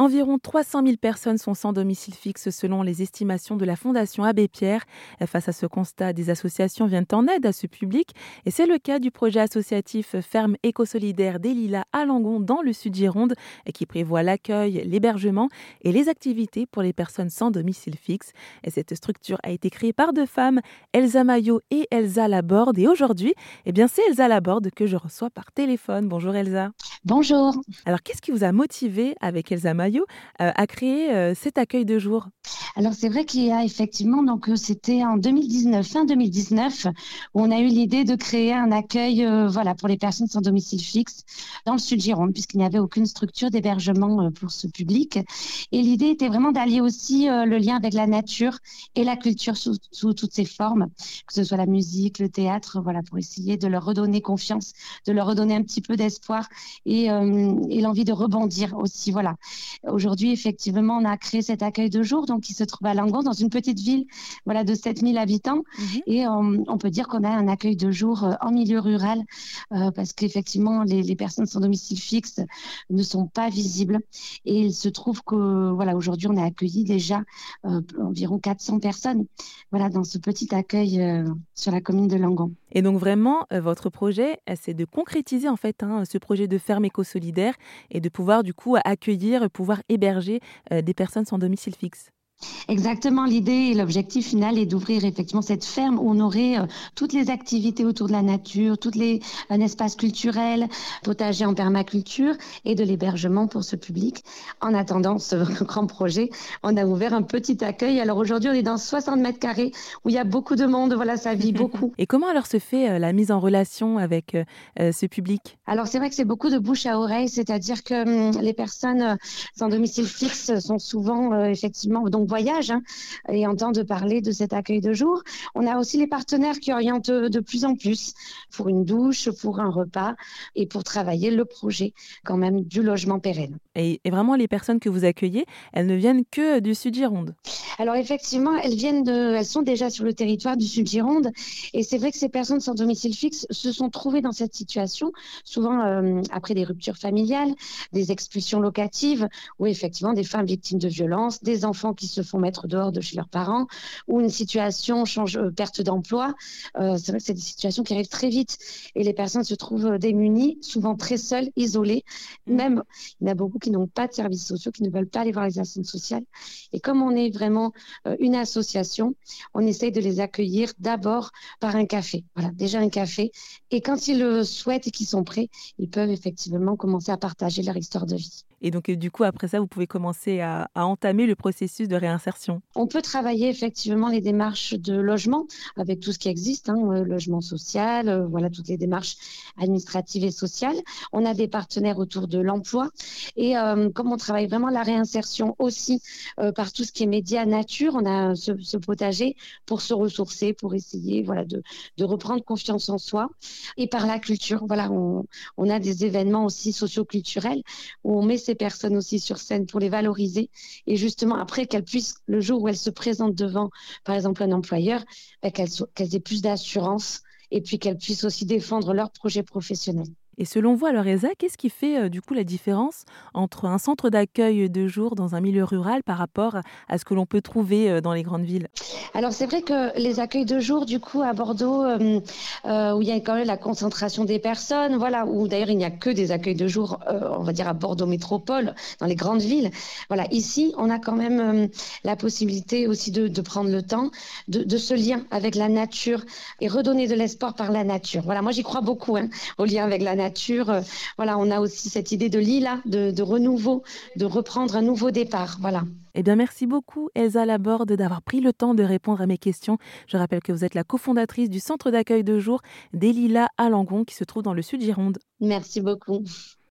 Environ 300 000 personnes sont sans domicile fixe selon les estimations de la Fondation Abbé Pierre. Face à ce constat, des associations viennent en aide à ce public et c'est le cas du projet associatif Ferme éco-solidaire des Lilas à Langon dans le Sud-Gironde qui prévoit l'accueil, l'hébergement et les activités pour les personnes sans domicile fixe. Et cette structure a été créée par deux femmes, Elsa Maillot et Elsa Laborde. Et aujourd'hui, c'est Elsa Laborde que je reçois par téléphone. Bonjour Elsa. Bonjour. Alors, qu'est-ce qui vous a motivé avec Elsa Maillot à créer cet accueil de jour? Alors c'est vrai qu'il y a effectivement, c'était en 2019, fin 2019, où on a eu l'idée de créer un accueil pour les personnes sans domicile fixe dans le Sud-Gironde, puisqu'il n'y avait aucune structure d'hébergement pour ce public. Et l'idée était vraiment d'allier aussi le lien avec la nature et la culture sous toutes ses formes, que ce soit la musique, le théâtre, pour essayer de leur redonner confiance, de leur redonner un petit peu d'espoir et l'envie de rebondir aussi. Aujourd'hui, effectivement, on a créé cet accueil de jour, donc qui se trouve à Langon, dans une petite ville de 7000 habitants. Et on peut dire qu'on a un accueil de jour en milieu rural parce qu'effectivement, les personnes sans domicile fixe ne sont pas visibles. Et il se trouve que aujourd'hui, on a accueilli déjà environ 400 personnes dans ce petit accueil sur la commune de Langon. Et donc vraiment, votre projet, c'est de concrétiser en fait ce projet de ferme éco-solidaire et de pouvoir du coup accueillir, pouvoir héberger des personnes sans domicile fixe. Exactement, l'idée et l'objectif final est d'ouvrir effectivement cette ferme où on aurait toutes les activités autour de la nature, un espace culturel, potager en permaculture et de l'hébergement pour ce public. En attendant ce grand projet, on a ouvert un petit accueil. Alors aujourd'hui, on est dans 60 mètres carrés où il y a beaucoup de monde, ça vit beaucoup. Et comment alors se fait la mise en relation avec ce public? Alors c'est vrai que c'est beaucoup de bouche à oreille, c'est-à-dire que les personnes sans domicile fixe sont souvent effectivement voyage et entendent parler de cet accueil de jour. On a aussi les partenaires qui orientent de plus en plus pour une douche, pour un repas et pour travailler le projet quand même du logement pérenne. Et vraiment, les personnes que vous accueillez, elles ne viennent que du Sud-Gironde? Alors effectivement, elles sont déjà sur le territoire du Sud-Gironde et c'est vrai que ces personnes sans domicile fixe se sont trouvées dans cette situation, souvent après des ruptures familiales, des expulsions locatives ou effectivement des femmes victimes de violences, des enfants qui se font mettre dehors de chez leurs parents ou une situation perte d'emploi. C'est vrai que c'est des situations qui arrivent très vite et les personnes se trouvent démunies, souvent très seules, isolées. Même, il y en a beaucoup qui n'ont pas de services sociaux, qui ne veulent pas aller voir les assistantes sociales. Et comme on est vraiment une association, on essaye de les accueillir d'abord par un café. Déjà un café. Et quand ils le souhaitent et qu'ils sont prêts, ils peuvent effectivement commencer à partager leur histoire de vie. Et donc, du coup, après ça, vous pouvez commencer à entamer le processus de réinsertion. On peut travailler effectivement les démarches de logement avec tout ce qui existe, logement social, toutes les démarches administratives et sociales. On a des partenaires autour de l'emploi et comme on travaille vraiment la réinsertion aussi par tout ce qui est médias nature, on a ce potager pour se ressourcer, pour essayer de reprendre confiance en soi et par la culture. On a des événements aussi socioculturels où on met ces personnes aussi sur scène pour les valoriser et justement après qu'elles puissent, le jour où elles se présentent devant par exemple un employeur, qu'elles aient plus d'assurance et puis qu'elles puissent aussi défendre leur projet professionnel. Et selon vous, alors Elsa, qu'est-ce qui fait du coup la différence entre un centre d'accueil de jour dans un milieu rural par rapport à ce que l'on peut trouver dans les grandes villes? Alors c'est vrai que les accueils de jour du coup à Bordeaux, où il y a quand même la concentration des personnes, où d'ailleurs il n'y a que des accueils de jour, on va dire à Bordeaux métropole, dans les grandes villes. Ici on a quand même la possibilité aussi de prendre le temps de ce lien avec la nature et redonner de l'espoir par la nature. Moi j'y crois beaucoup au lien avec la nature. On a aussi cette idée de lilas, de renouveau, de reprendre un nouveau départ. Merci beaucoup Elsa Laborde d'avoir pris le temps de répondre à mes questions. Je rappelle que vous êtes la cofondatrice du centre d'accueil de jour des Lilas à Langon qui se trouve dans le Sud-Gironde. Merci beaucoup.